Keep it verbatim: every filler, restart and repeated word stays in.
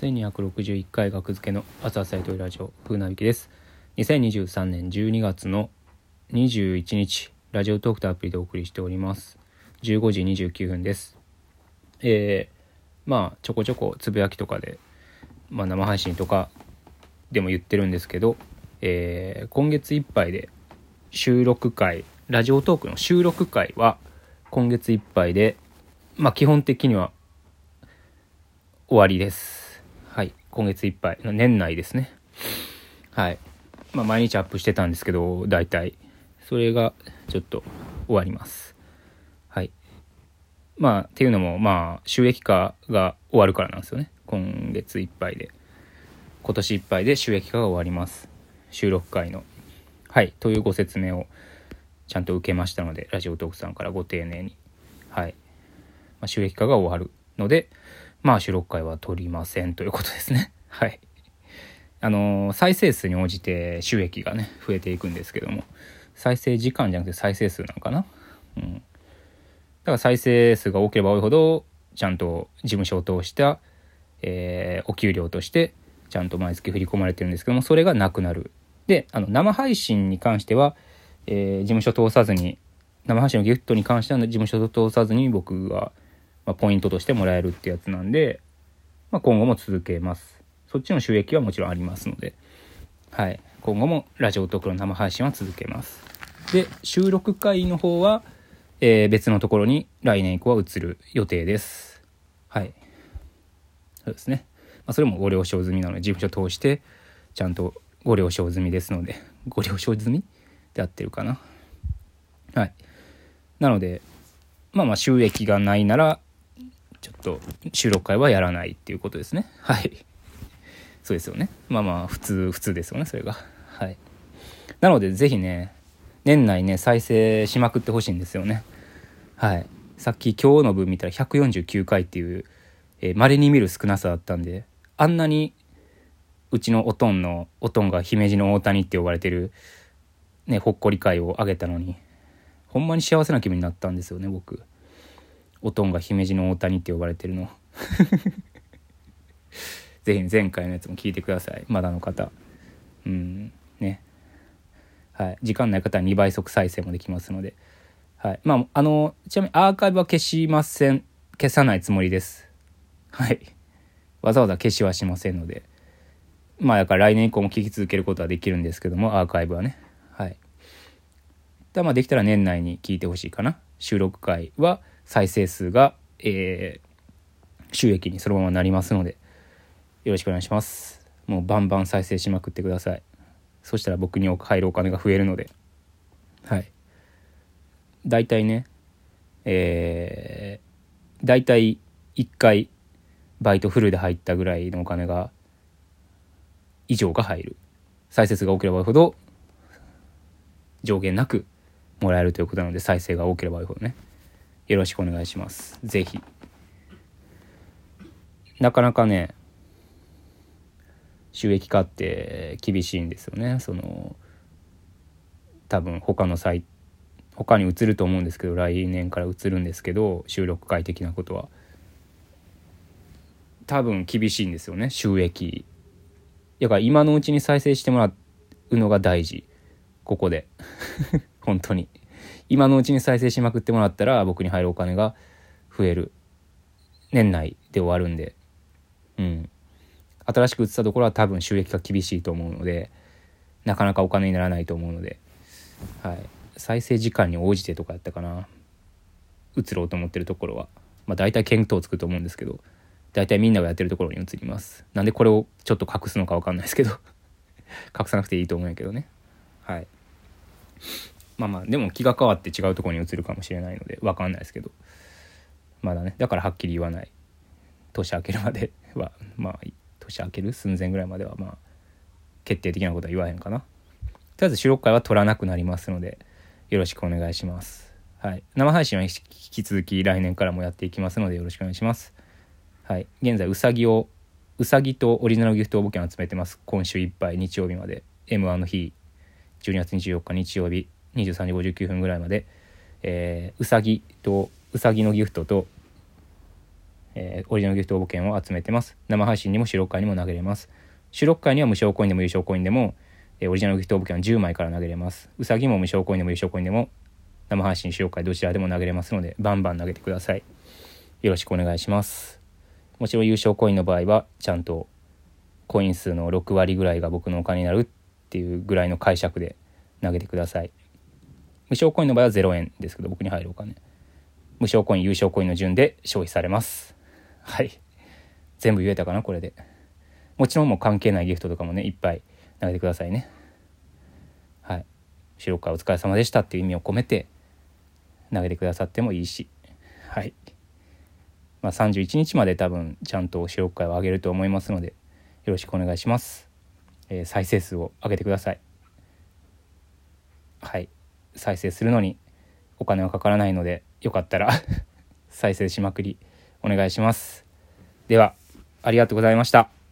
せんにひゃくろくじゅういっかい学付けの朝朝というラジオ風なびきです。にせんにじゅうさんねんじゅうにがつのにじゅういちにち、ラジオトークとアプリでお送りしております。じゅうごじにじゅうきゅうふんです。えー、まあちょこちょこつぶやきとかで、まあ、生配信とかでも言ってるんですけど、えー、今月いっぱいで収録会、ラジオトークの収録会は今月いっぱいで、まあ基本的には終わりです。はい、今月いっぱい、年内ですね。はい、まあ毎日アップしてたんですけど、だいたいそれがちょっと終わります。はい。まあっていうのもまあ収益化が終わるからなんですよね。今月いっぱいで、今年いっぱいで収益化が終わります。収録会のはいというご説明をちゃんと受けましたので、ラジオトークさんからご丁寧に、はい、まあ、収益化が終わるので、まあ収録会は取りませんということですね。はい。あのー、再生数に応じて収益がね増えていくんですけども、再生時間じゃなくて再生数なのかな。うん。だから再生数が多ければ多いほどちゃんと事務所を通した、えー、お給料としてちゃんと毎月振り込まれてるんですけども、それがなくなる。で、あの生配信に関しては、えー、事務所通さずに、生配信のギフトに関しては事務所と通さずに僕が、まあ、ポイントとしてもらえるってやつなんで、まあ、今後も続けます。そっちの収益はもちろんありますので、はい、今後もラジオトークの生配信は続けます。で、収録回の方は、えー、別のところに来年以降は移る予定です。はい、そうですね。まあ、それもご了承済みなので、事務所通してちゃんとご了承済みですので、ご了承済みで合ってるかな。はい。なので、まあまあ収益がないならちょっと収録会はやらないっていうことですね。はい。そうですよね。まあまあ普通普通ですよね、それが。はい。なのでぜひね、年内ね再生しまくってほしいんですよね。はい。さっき今日の分見たらひゃくよんじゅうきゅうかいっていう、えー、稀に見る少なさだったんで、あんなにうちのおとんのおとんが姫路の大谷って呼ばれてるねほっこり会をあげたのに、ほんまに幸せな気分になったんですよね、僕。おとんが姫路の大谷って呼ばれてるのぜひ前回のやつも聞いてください、まだの方。うんね、はい、時間ない方はにばい速再生もできますので、はい、まああのちなみにアーカイブは消しません。消さないつもりです。はい、わざわざ消しはしませんので、まあだから来年以降も聞き続けることはできるんですけども、アーカイブはね。はい。だまあできたら年内に聞いてほしいかな。収録回は再生数が、えー、収益にそのままなりますので、よろしくお願いします。もうバンバン再生しまくってください。そしたら僕に入るお金が増えるので、はい。だいたいね、えー、だいたいいっかいバイトフルで入ったぐらいのお金が以上が入る。再生数が多ければ多いほど上限なくもらえるということなので、再生が多ければ多いほどね、よろしくお願いします。ぜひ。なかなかね収益化って厳しいんですよね。その多分他のサイ他に移ると思うんですけど、来年から移るんですけど、収録会的なことは多分厳しいんですよね、収益。だから今のうちに再生してもらうのが大事、ここで本当に今のうちに再生しまくってもらったら僕に入るお金が増える。年内で終わるんで、うん、新しく移ったところは多分収益が厳しいと思うので、なかなかお金にならないと思うので、はい、再生時間に応じてとかやったかな、移ろうと思ってるところは、まあ大体見当つくと思うんですけど、大体みんながやってるところに移ります。なんでこれをちょっと隠すのか分かんないですけど隠さなくていいと思うんやけどね。はい。まあまあでも気が変わって違うところに移るかもしれないので分かんないですけど、まだね、だからはっきり言わない。年明けるまではまあ年明ける寸前ぐらいまではまあ決定的なことは言わへんかな。とりあえず収録会は取らなくなりますので、よろしくお願いします。はい、生配信は引き続き来年からもやっていきますので、よろしくお願いします。はい、現在うさぎをうさぎとオリジナルギフト応募券を集めてます。今週いっぱい、日曜日まで エムワン の日、じゅうにがつにじゅうよっか日曜日にじゅうさんじごじゅうきゅうふんぐらいまで、えー、うさぎとうさぎのギフトとえー、オリジナルギフト応募券を集めてます。生配信にも収録会にも投げれます。収録会には無償コインでも優勝コインでも、えー、オリジナルギフト応募券はじゅうまいから投げれます。うさぎも無償コインでも優勝コインでも生配信収録会どちらでも投げれますので、バンバン投げてください。よろしくお願いします。もちろん優勝コインの場合はちゃんとコイン数のろくわりぐらいが僕のお金になるっていうぐらいの解釈で投げてください。無償コインの場合はゼロえんですけど、僕に入るお金無償コイン優勝コインの順で消費されます。はい、全部言えたかなこれで。もちろんもう関係ないギフトとかもねいっぱい投げてくださいね。はい、収録会お疲れ様でしたっていう意味を込めて投げてくださってもいいし、はい、まあ、さんじゅういちにちまで多分ちゃんと収録会を上げると思いますので、よろしくお願いします。えー、再生数を上げてください。はい、再生するのにお金はかからないので、よかったら再生しまくりお願いします。ではありがとうございました。